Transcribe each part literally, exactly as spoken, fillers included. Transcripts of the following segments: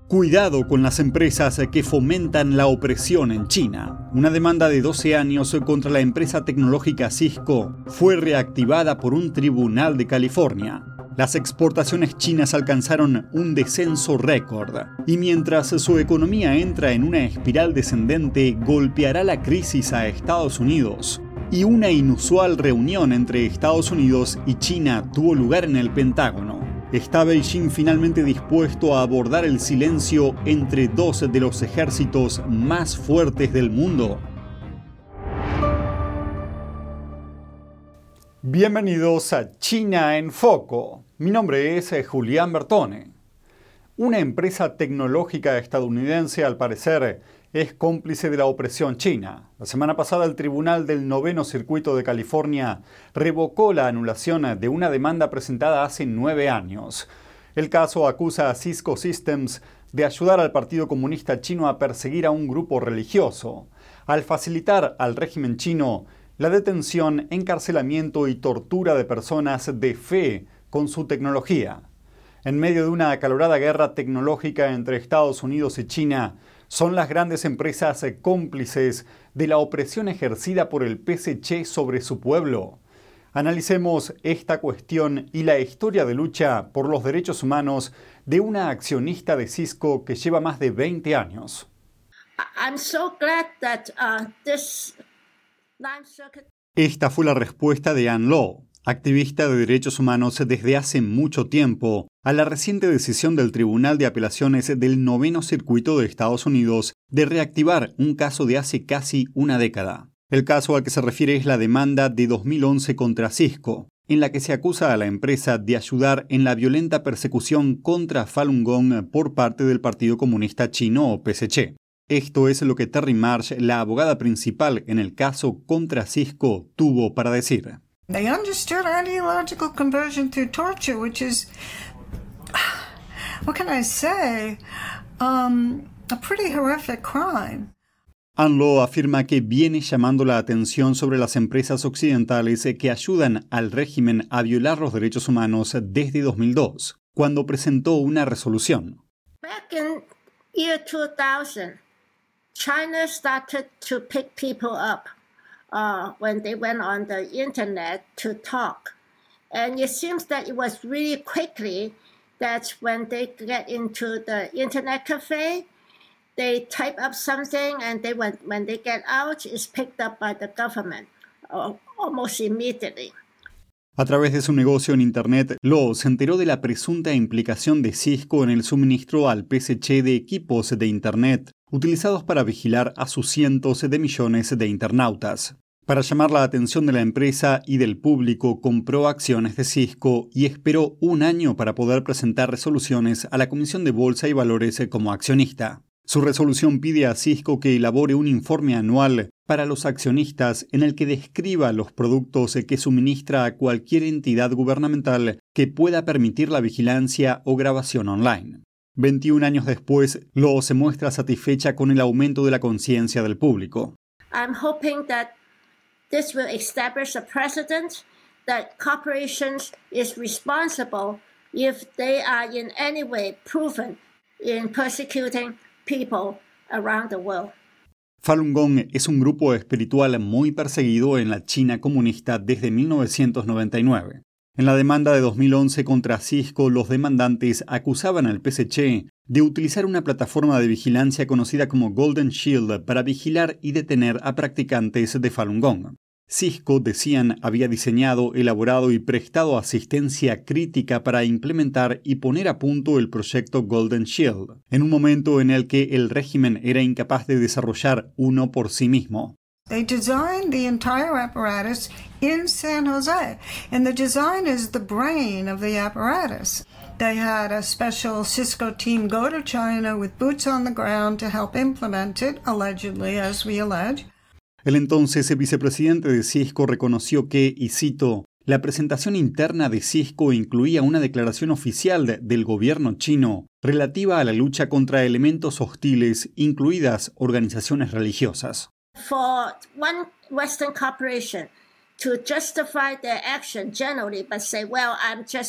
Cuidado con las empresas que fomentan la opresión en China. Una demanda de doce años contra la empresa tecnológica Cisco fue reactivada por un tribunal de California. Las exportaciones chinas alcanzaron un descenso récord y mientras su economía entra en una espiral descendente, golpeará la crisis a Estados Unidos. Y una inusual reunión entre Estados Unidos y China tuvo lugar en el Pentágono. ¿Está Beijing finalmente dispuesto a abordar el silencio entre dos de los ejércitos más fuertes del mundo? Bienvenidos a China en Foco. Mi nombre es Julián Bertone. Una empresa tecnológica estadounidense, al parecer, es cómplice de la opresión china. La semana pasada, el Tribunal del Noveno Circuito de California revocó la anulación de una demanda presentada hace nueve años. El caso acusa a Cisco Systems de ayudar al Partido Comunista Chino a perseguir a un grupo religioso, al facilitar al régimen chino la detención, encarcelamiento y tortura de personas de fe con su tecnología. En medio de una acalorada guerra tecnológica entre Estados Unidos y China, son las grandes empresas cómplices de la opresión ejercida por el P S C sobre su pueblo. Analicemos esta cuestión y la historia de lucha por los derechos humanos de una accionista de Cisco que lleva más de veinte años. I'm so glad that, uh, this... Esta fue la respuesta de Ann Law, activista de derechos humanos desde hace mucho tiempo, a la reciente decisión del Tribunal de Apelaciones del Noveno Circuito de Estados Unidos de reactivar un caso de hace casi una década. El caso al que se refiere es la demanda de dos mil once contra Cisco, en la que se acusa a la empresa de ayudar en la violenta persecución contra Falun Gong por parte del Partido Comunista Chino o P S C. Esto es lo que Terry Marsh, la abogada principal en el caso contra Cisco, tuvo para decir. They understood ideological conversion through torture, which is, what can I say, um, a pretty horrific crime. Ann Law afirma que viene llamando la atención sobre las empresas occidentales que ayudan al régimen a violar los derechos humanos desde dos mil dos, cuando presentó una resolución. Back in year two thousand, China started to pick people up. Uh, when they went on the internet to talk. And it seems that it was really quickly that when they get into the internet cafe, they type up something and they when, when they get out, it's picked up by the government uh, almost immediately. A través de su negocio en Internet, Law se enteró de la presunta implicación de Cisco en el suministro al P S C de equipos de Internet utilizados para vigilar a sus cientos de millones de internautas. Para llamar la atención de la empresa y del público, compró acciones de Cisco y esperó un año para poder presentar resoluciones a la Comisión de Bolsa y Valores como accionista. Su resolución pide a Cisco que elabore un informe anual para los accionistas en el que describa los productos que suministra a cualquier entidad gubernamental que pueda permitir la vigilancia o grabación online. veintiún años después, Law se muestra satisfecha con el aumento de la conciencia del público. I'm hoping that this will establish a precedent that corporations is responsible if they are in any way proven in persecuting people around the world. Falun Gong es un grupo espiritual muy perseguido en la China comunista desde mil novecientos noventa y nueve. En la demanda de dos mil once contra Cisco, los demandantes acusaban al P S C de utilizar una plataforma de vigilancia conocida como Golden Shield para vigilar y detener a practicantes de Falun Gong. Cisco, decían, había diseñado, elaborado y prestado asistencia crítica para implementar y poner a punto el proyecto Golden Shield, en un momento en el que el régimen era incapaz de desarrollar uno por sí mismo. They designed the entire apparatus in San Jose, and the design is the brain of the apparatus. They had a special Cisco team go to China with boots on the ground to help implement it, allegedly, as we allege. El entonces vicepresidente de Cisco reconoció que, y cito, la presentación interna de Cisco incluía una declaración oficial de, del gobierno chino relativa a la lucha contra elementos hostiles, incluidas organizaciones religiosas. For one Western corporation to justify their action generally, but say, well, I'm just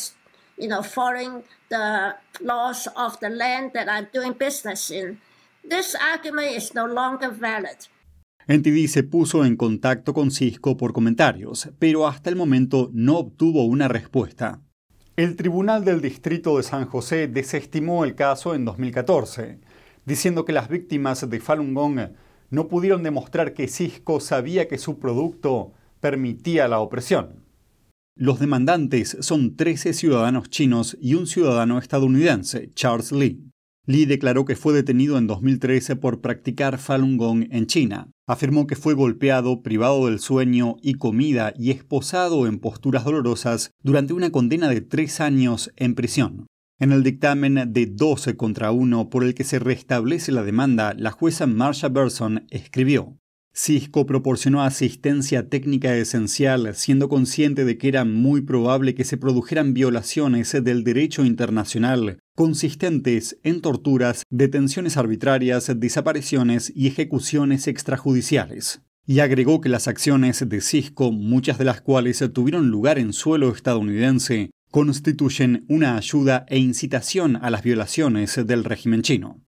you know, following the laws of the land that I'm doing business in. This argument is no longer valid. N T D se puso en contacto con Cisco por comentarios, pero hasta el momento no obtuvo una respuesta. El Tribunal del Distrito de San José desestimó el caso en dos mil catorce, diciendo que las víctimas de Falun Gong no pudieron demostrar que Cisco sabía que su producto permitía la opresión. Los demandantes son trece ciudadanos chinos y un ciudadano estadounidense, Charles Lee. Lee declaró que fue detenido en dos mil trece por practicar Falun Gong en China. Afirmó que fue golpeado, privado del sueño y comida y esposado en posturas dolorosas durante una condena de tres años en prisión. En el dictamen de doce contra uno por el que se restablece la demanda, la jueza Marsha Berson escribió: Cisco proporcionó asistencia técnica esencial, siendo consciente de que era muy probable que se produjeran violaciones del derecho internacional, consistentes en torturas, detenciones arbitrarias, desapariciones y ejecuciones extrajudiciales. Y agregó que las acciones de Cisco, muchas de las cuales tuvieron lugar en suelo estadounidense, constituyen una ayuda e incitación a las violaciones del régimen chino.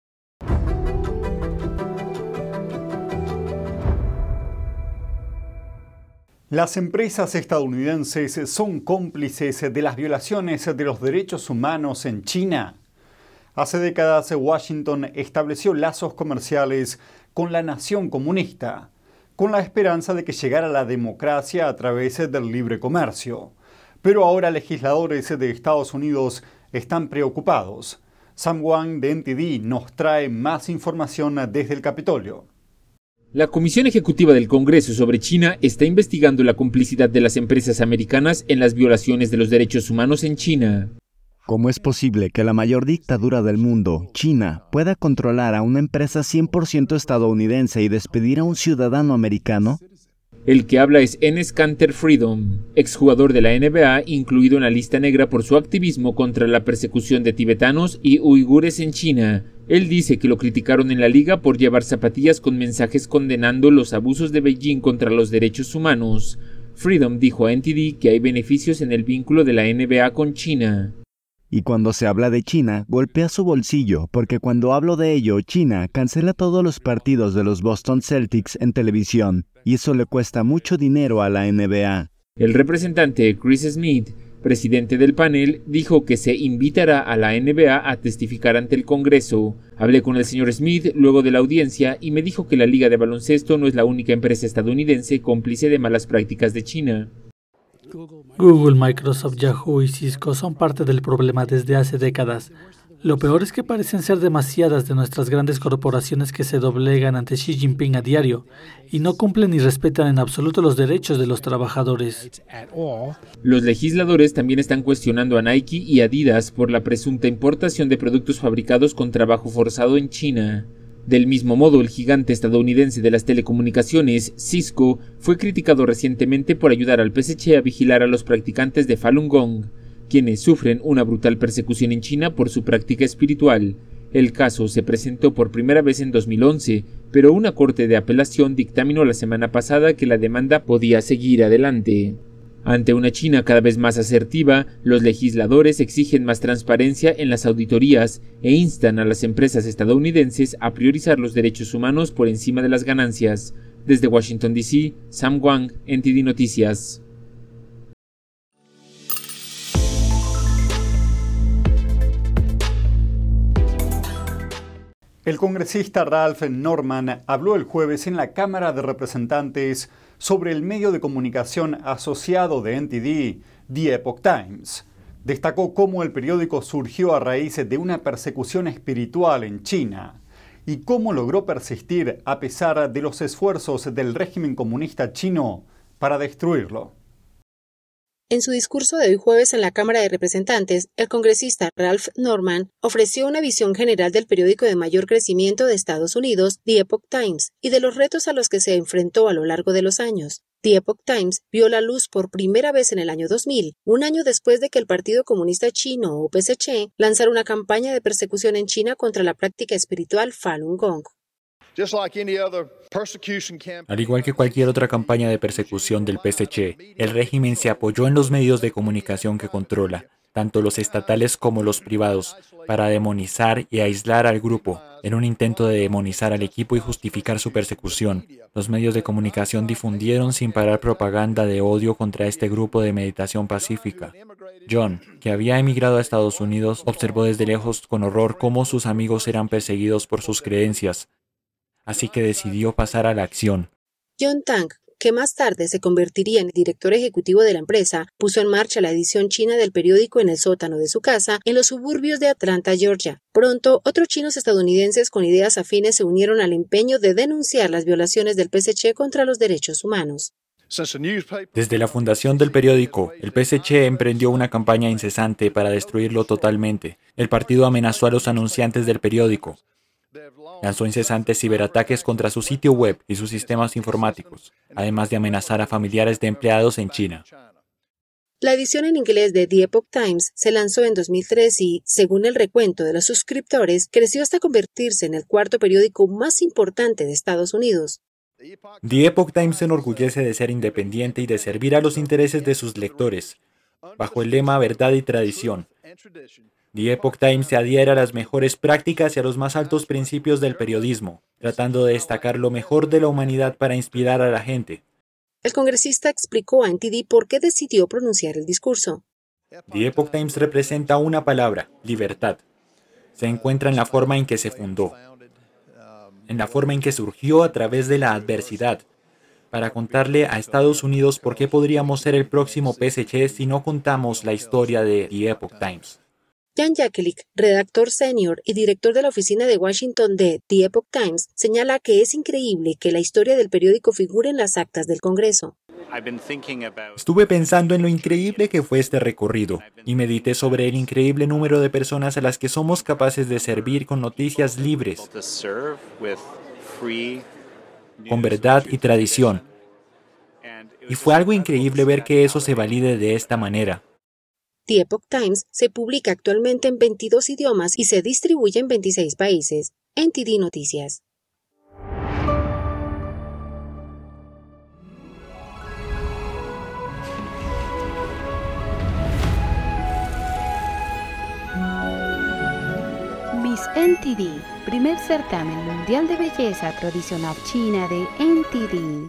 Las empresas estadounidenses son cómplices de las violaciones de los derechos humanos en China. Hace décadas, Washington estableció lazos comerciales con la nación comunista, con la esperanza de que llegara la democracia a través del libre comercio. Pero ahora legisladores de Estados Unidos están preocupados. Sam Wang de N T D nos trae más información desde el Capitolio. La Comisión Ejecutiva del Congreso sobre China está investigando la complicidad de las empresas americanas en las violaciones de los derechos humanos en China. ¿Cómo es posible que la mayor dictadura del mundo, China, pueda controlar a una empresa cien por ciento estadounidense y despedir a un ciudadano americano? El que habla es Enes Kanter Freedom, exjugador de la N B A, incluido en la lista negra por su activismo contra la persecución de tibetanos y uigures en China. Él dice que lo criticaron en la liga por llevar zapatillas con mensajes condenando los abusos de Beijing contra los derechos humanos. Freedom dijo a N T D que hay beneficios en el vínculo de la N B A con China. Y cuando se habla de China, golpea su bolsillo, porque cuando hablo de ello, China cancela todos los partidos de los Boston Celtics en televisión, y eso le cuesta mucho dinero a la N B A. El representante Chris Smith, presidente del panel, dijo que se invitará a la N B A a testificar ante el Congreso. Hablé con el señor Smith luego de la audiencia y me dijo que la Liga de Baloncesto no es la única empresa estadounidense cómplice de malas prácticas de China. Google, Microsoft, Yahoo y Cisco son parte del problema desde hace décadas. Lo peor es que parecen ser demasiadas de nuestras grandes corporaciones que se doblegan ante Xi Jinping a diario y no cumplen ni respetan en absoluto los derechos de los trabajadores. Los legisladores también están cuestionando a Nike y Adidas por la presunta importación de productos fabricados con trabajo forzado en China. Del mismo modo, el gigante estadounidense de las telecomunicaciones, Cisco, fue criticado recientemente por ayudar al P S C a vigilar a los practicantes de Falun Gong, quienes sufren una brutal persecución en China por su práctica espiritual. El caso se presentó por primera vez en dos mil once, pero una corte de apelación dictaminó la semana pasada que la demanda podía seguir adelante. Ante una China cada vez más asertiva, los legisladores exigen más transparencia en las auditorías e instan a las empresas estadounidenses a priorizar los derechos humanos por encima de las ganancias. Desde Washington, D C, Sam Wang, N T D Noticias. El congresista Ralph Norman habló el jueves en la Cámara de Representantes sobre el medio de comunicación asociado de N T D, The Epoch Times. Destacó cómo el periódico surgió a raíz de una persecución espiritual en China y cómo logró persistir a pesar de los esfuerzos del régimen comunista chino para destruirlo. En su discurso de hoy jueves en la Cámara de Representantes, el congresista Ralph Norman ofreció una visión general del periódico de mayor crecimiento de Estados Unidos, The Epoch Times, y de los retos a los que se enfrentó a lo largo de los años. The Epoch Times vio la luz por primera vez en el año dos mil, un año después de que el Partido Comunista Chino, o P S C, lanzara una campaña de persecución en China contra la práctica espiritual Falun Gong. Al igual que cualquier otra campaña de persecución del P S C, el régimen se apoyó en los medios de comunicación que controla. tanto los estatales como los privados, para demonizar y aislar al grupo, en un intento de demonizar al equipo y justificar su persecución. Los medios de comunicación difundieron sin parar propaganda de odio contra este grupo de meditación pacífica. John, que había emigrado a Estados Unidos, observó desde lejos con horror cómo sus amigos eran perseguidos por sus creencias, así que decidió pasar a la acción. John Tang, que más tarde se convertiría en el director ejecutivo de la empresa, puso en marcha la edición china del periódico en el sótano de su casa en los suburbios de Atlanta, Georgia. Pronto, otros chinos estadounidenses con ideas afines se unieron al empeño de denunciar las violaciones del P S Ch contra los derechos humanos. Desde la fundación del periódico, el P S Ch emprendió una campaña incesante para destruirlo totalmente. El partido amenazó a los anunciantes del periódico. Lanzó incesantes ciberataques contra su sitio web y sus sistemas informáticos, además de amenazar a familiares de empleados en China. La edición en inglés de The Epoch Times se lanzó en dos mil tres y, según el recuento de los suscriptores, creció hasta convertirse en el cuarto periódico más importante de Estados Unidos. The Epoch Times se enorgullece de ser independiente y de servir a los intereses de sus lectores, bajo el lema Verdad y Tradición. The Epoch Times se adhiere a las mejores prácticas y a los más altos principios del periodismo, tratando de destacar lo mejor de la humanidad para inspirar a la gente. El congresista explicó a N T D por qué decidió pronunciar el discurso. The Epoch Times representa una palabra, libertad. Se encuentra en la forma en que se fundó, en la forma en que surgió a través de la adversidad, para contarle a Estados Unidos por qué podríamos ser el próximo P S Ch si no contamos la historia de The Epoch Times. Jan Jekielek, redactor senior y director de la oficina de Washington de The Epoch Times, señala que es increíble que la historia del periódico figure en las actas del Congreso. Estuve pensando en lo increíble que fue este recorrido y medité sobre el increíble número de personas a las que somos capaces de servir con noticias libres, con verdad y tradición. Y fue algo increíble ver que eso se valide de esta manera. The Epoch Times se publica actualmente en veintidós idiomas y se distribuye en veintiséis países. N T D Noticias. Miss N T D, primer certamen mundial de belleza tradicional china de N T D.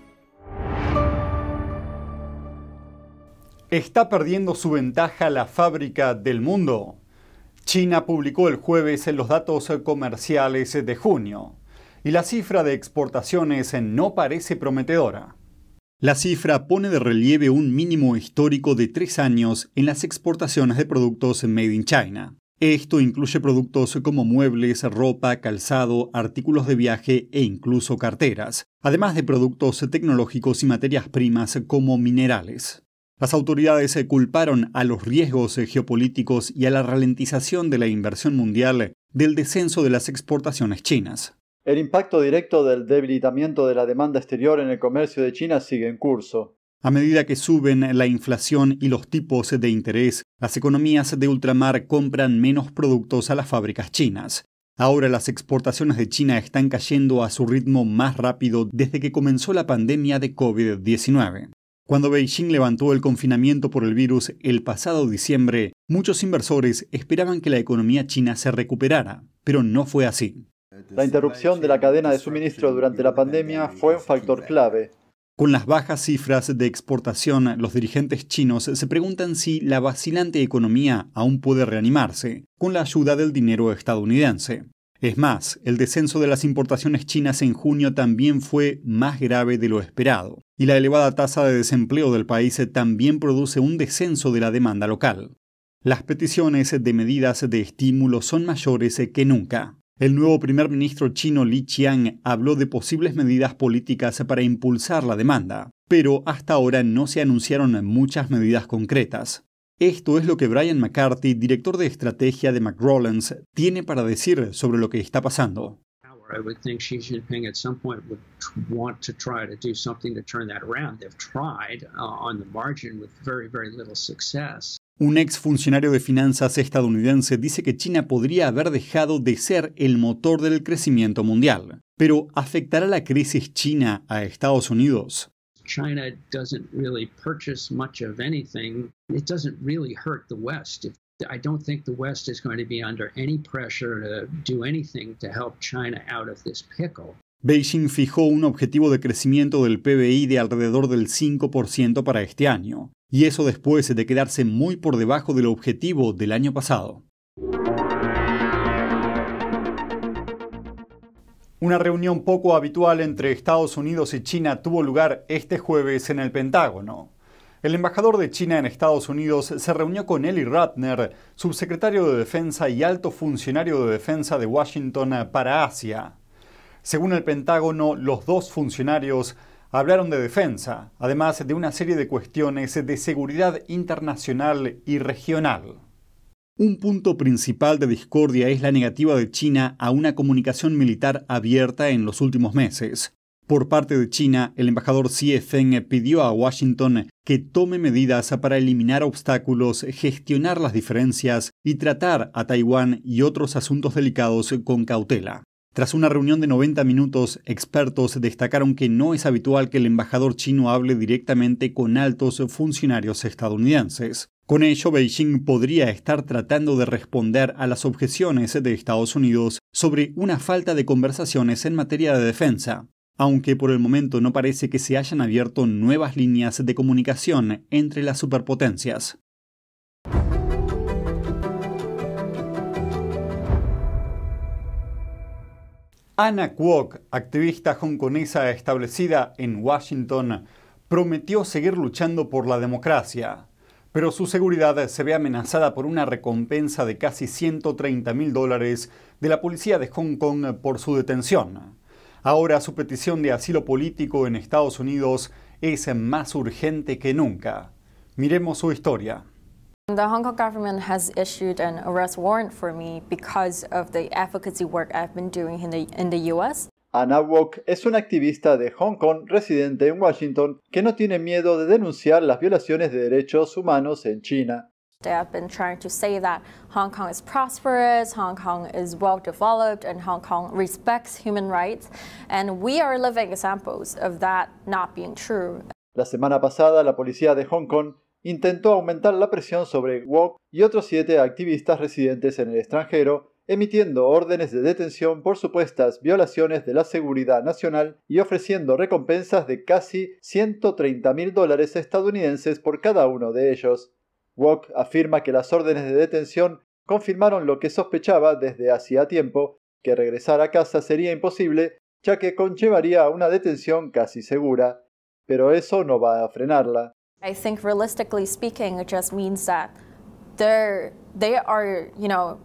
¿Está perdiendo su ventaja la fábrica del mundo? China publicó el jueves los datos comerciales de junio y la cifra de exportaciones no parece prometedora. La cifra pone de relieve un mínimo histórico de tres años en las exportaciones de productos made in China. Esto incluye productos como muebles, ropa, calzado, artículos de viaje e incluso carteras, además de productos tecnológicos y materias primas como minerales. Las autoridades culparon a los riesgos geopolíticos y a la ralentización de la inversión mundial del descenso de las exportaciones chinas. El impacto directo del debilitamiento de la demanda exterior en el comercio de China sigue en curso. A medida que suben la inflación y los tipos de interés, las economías de ultramar compran menos productos a las fábricas chinas. Ahora las exportaciones de China están cayendo a su ritmo más rápido desde que comenzó la pandemia de COVID diecinueve. Cuando Beijing levantó el confinamiento por el virus el pasado diciembre, muchos inversores esperaban que la economía china se recuperara, pero no fue así. La interrupción de la cadena de suministro durante la pandemia fue un factor clave. Con las bajas cifras de exportación, los dirigentes chinos se preguntan si la vacilante economía aún puede reanimarse con la ayuda del dinero estadounidense. Es más, el descenso de las importaciones chinas en junio también fue más grave de lo esperado, y la elevada tasa de desempleo del país también produce un descenso de la demanda local. Las peticiones de medidas de estímulo son mayores que nunca. El nuevo primer ministro chino Li Qiang habló de posibles medidas políticas para impulsar la demanda, pero hasta ahora no se anunciaron muchas medidas concretas. Esto es lo que Brian McCarthy, director de estrategia de McRollins, tiene para decir sobre lo que está pasando. I would think Xi Jinping at some point would want to try to do something to turn that around. They've tried uh, on the margin with very, very little success. Un ex funcionario de finanzas estadounidense dice que China podría haber dejado de ser el motor del crecimiento mundial. Pero ¿afectará la crisis china a Estados Unidos? China doesn't really purchase much of anything. It doesn't really hurt the West. I don't think the West is going to be under any pressure to do anything to help China out of this pickle. Beijing fijó un objetivo de crecimiento del P B I de alrededor del cinco por ciento para este año, y eso después de quedarse muy por debajo del objetivo del año pasado. Una reunión poco habitual entre Estados Unidos y China tuvo lugar este jueves en el Pentágono. El embajador de China en Estados Unidos se reunió con Eli Ratner, subsecretario de Defensa y alto funcionario de defensa de Washington para Asia. Según el Pentágono, los dos funcionarios hablaron de defensa, además de una serie de cuestiones de seguridad internacional y regional. Un punto principal de discordia es la negativa de China a una comunicación militar abierta en los últimos meses. Por parte de China, el embajador Xie Feng pidió a Washington que tome medidas para eliminar obstáculos, gestionar las diferencias y tratar a Taiwán y otros asuntos delicados con cautela. Tras una reunión de noventa minutos, expertos destacaron que no es habitual que el embajador chino hable directamente con altos funcionarios estadounidenses. Con ello, Beijing podría estar tratando de responder a las objeciones de Estados Unidos sobre una falta de conversaciones en materia de defensa, aunque por el momento no parece que se hayan abierto nuevas líneas de comunicación entre las superpotencias. Anna Kwok, activista hongkonesa establecida en Washington, prometió seguir luchando por la democracia, pero su seguridad se ve amenazada por una recompensa de casi ciento treinta mil dólares de la policía de Hong Kong por su detención. Ahora su petición de asilo político en Estados Unidos es más urgente que nunca. Miremos su historia. The Hong Kong government has issued an arrest warrant for me because of the advocacy work I've been doing in the, in the U S. Anna Kwok es una activista de Hong Kong residente en Washington que no tiene miedo de denunciar las violaciones de derechos humanos en China. They have been trying to say that Hong Kong is prosperous, Hong Kong is well developed, and Hong Kong respects human rights, and we are living examples of that not being true. La semana pasada, la policía de Hong Kong intentó aumentar la presión sobre Kwok y otros siete activistas residentes en el extranjero, emitiendo órdenes de detención por supuestas violaciones de la seguridad nacional y ofreciendo recompensas de casi ciento treinta mil dólares estadounidenses por cada uno de ellos. Kwok afirma que las órdenes de detención confirmaron lo que sospechaba desde hacía tiempo, que regresar a casa sería imposible, ya que conllevaría una detención casi segura. Pero eso no va a frenarla. I think realistically speaking, it just means that they're, they are, you know,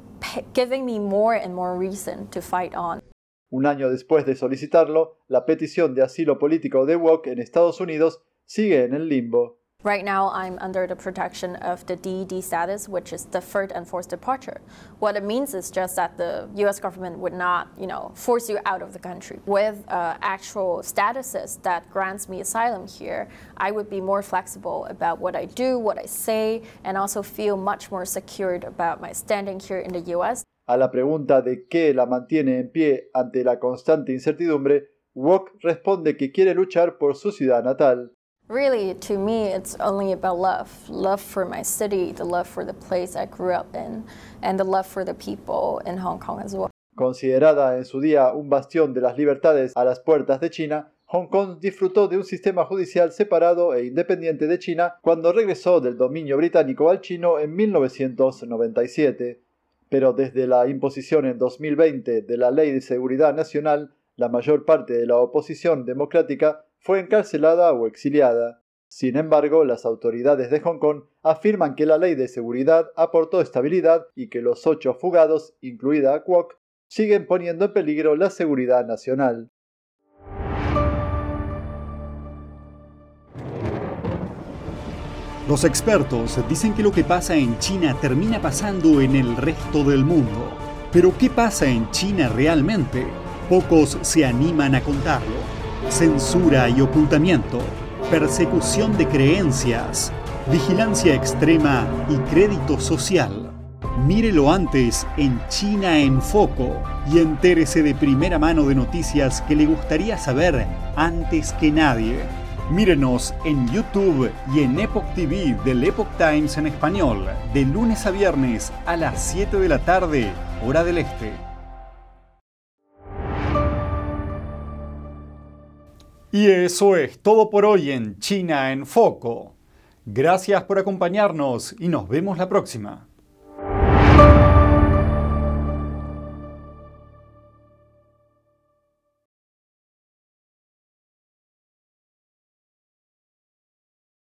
giving me more and more reason to fight on. Un año después de solicitarlo, la petición de asilo político de Kwok en Estados Unidos sigue en el limbo. Right now, I'm under the protection of the D E D status, which is deferred enforced departure. What it means is just that the U S government would not, you know, force you out of the country. With uh, actual statuses that grants me asylum here, I would be more flexible about what I do, what I say, and also feel much more secured about my standing here in the U S. A la pregunta de qué la mantiene en pie ante la constante incertidumbre, Kwok responde que quiere luchar por su ciudad natal. Really, to me, it's only about love. Love for my city, the love for the place I grew up in, and the love for the people in Hong Kong as well. Considerada en su día un bastión de las libertades a las puertas de China, Hong Kong disfrutó de un sistema judicial separado e independiente de China cuando regresó del dominio británico al chino en mil novecientos noventa y siete. Pero desde la imposición en dos mil veinte de la Ley de Seguridad Nacional, la mayor parte de la oposición democrática fue encarcelada o exiliada. Sin embargo, las autoridades de Hong Kong afirman que la ley de seguridad aportó estabilidad y que los ocho fugados, incluida a Kwok, siguen poniendo en peligro la seguridad nacional. Los expertos dicen que lo que pasa en China termina pasando en el resto del mundo. Pero ¿qué pasa en China realmente? Pocos se animan a contarlo. Censura y ocultamiento, persecución de creencias, vigilancia extrema y crédito social. Mírelo antes en China en Foco y entérese de primera mano de noticias que le gustaría saber antes que nadie. Mírenos en YouTube y en Epoch T V del Epoch Times en español, de lunes a viernes a las siete de la tarde, hora del este. Y eso es todo por hoy en China en Foco. Gracias por acompañarnos y nos vemos la próxima.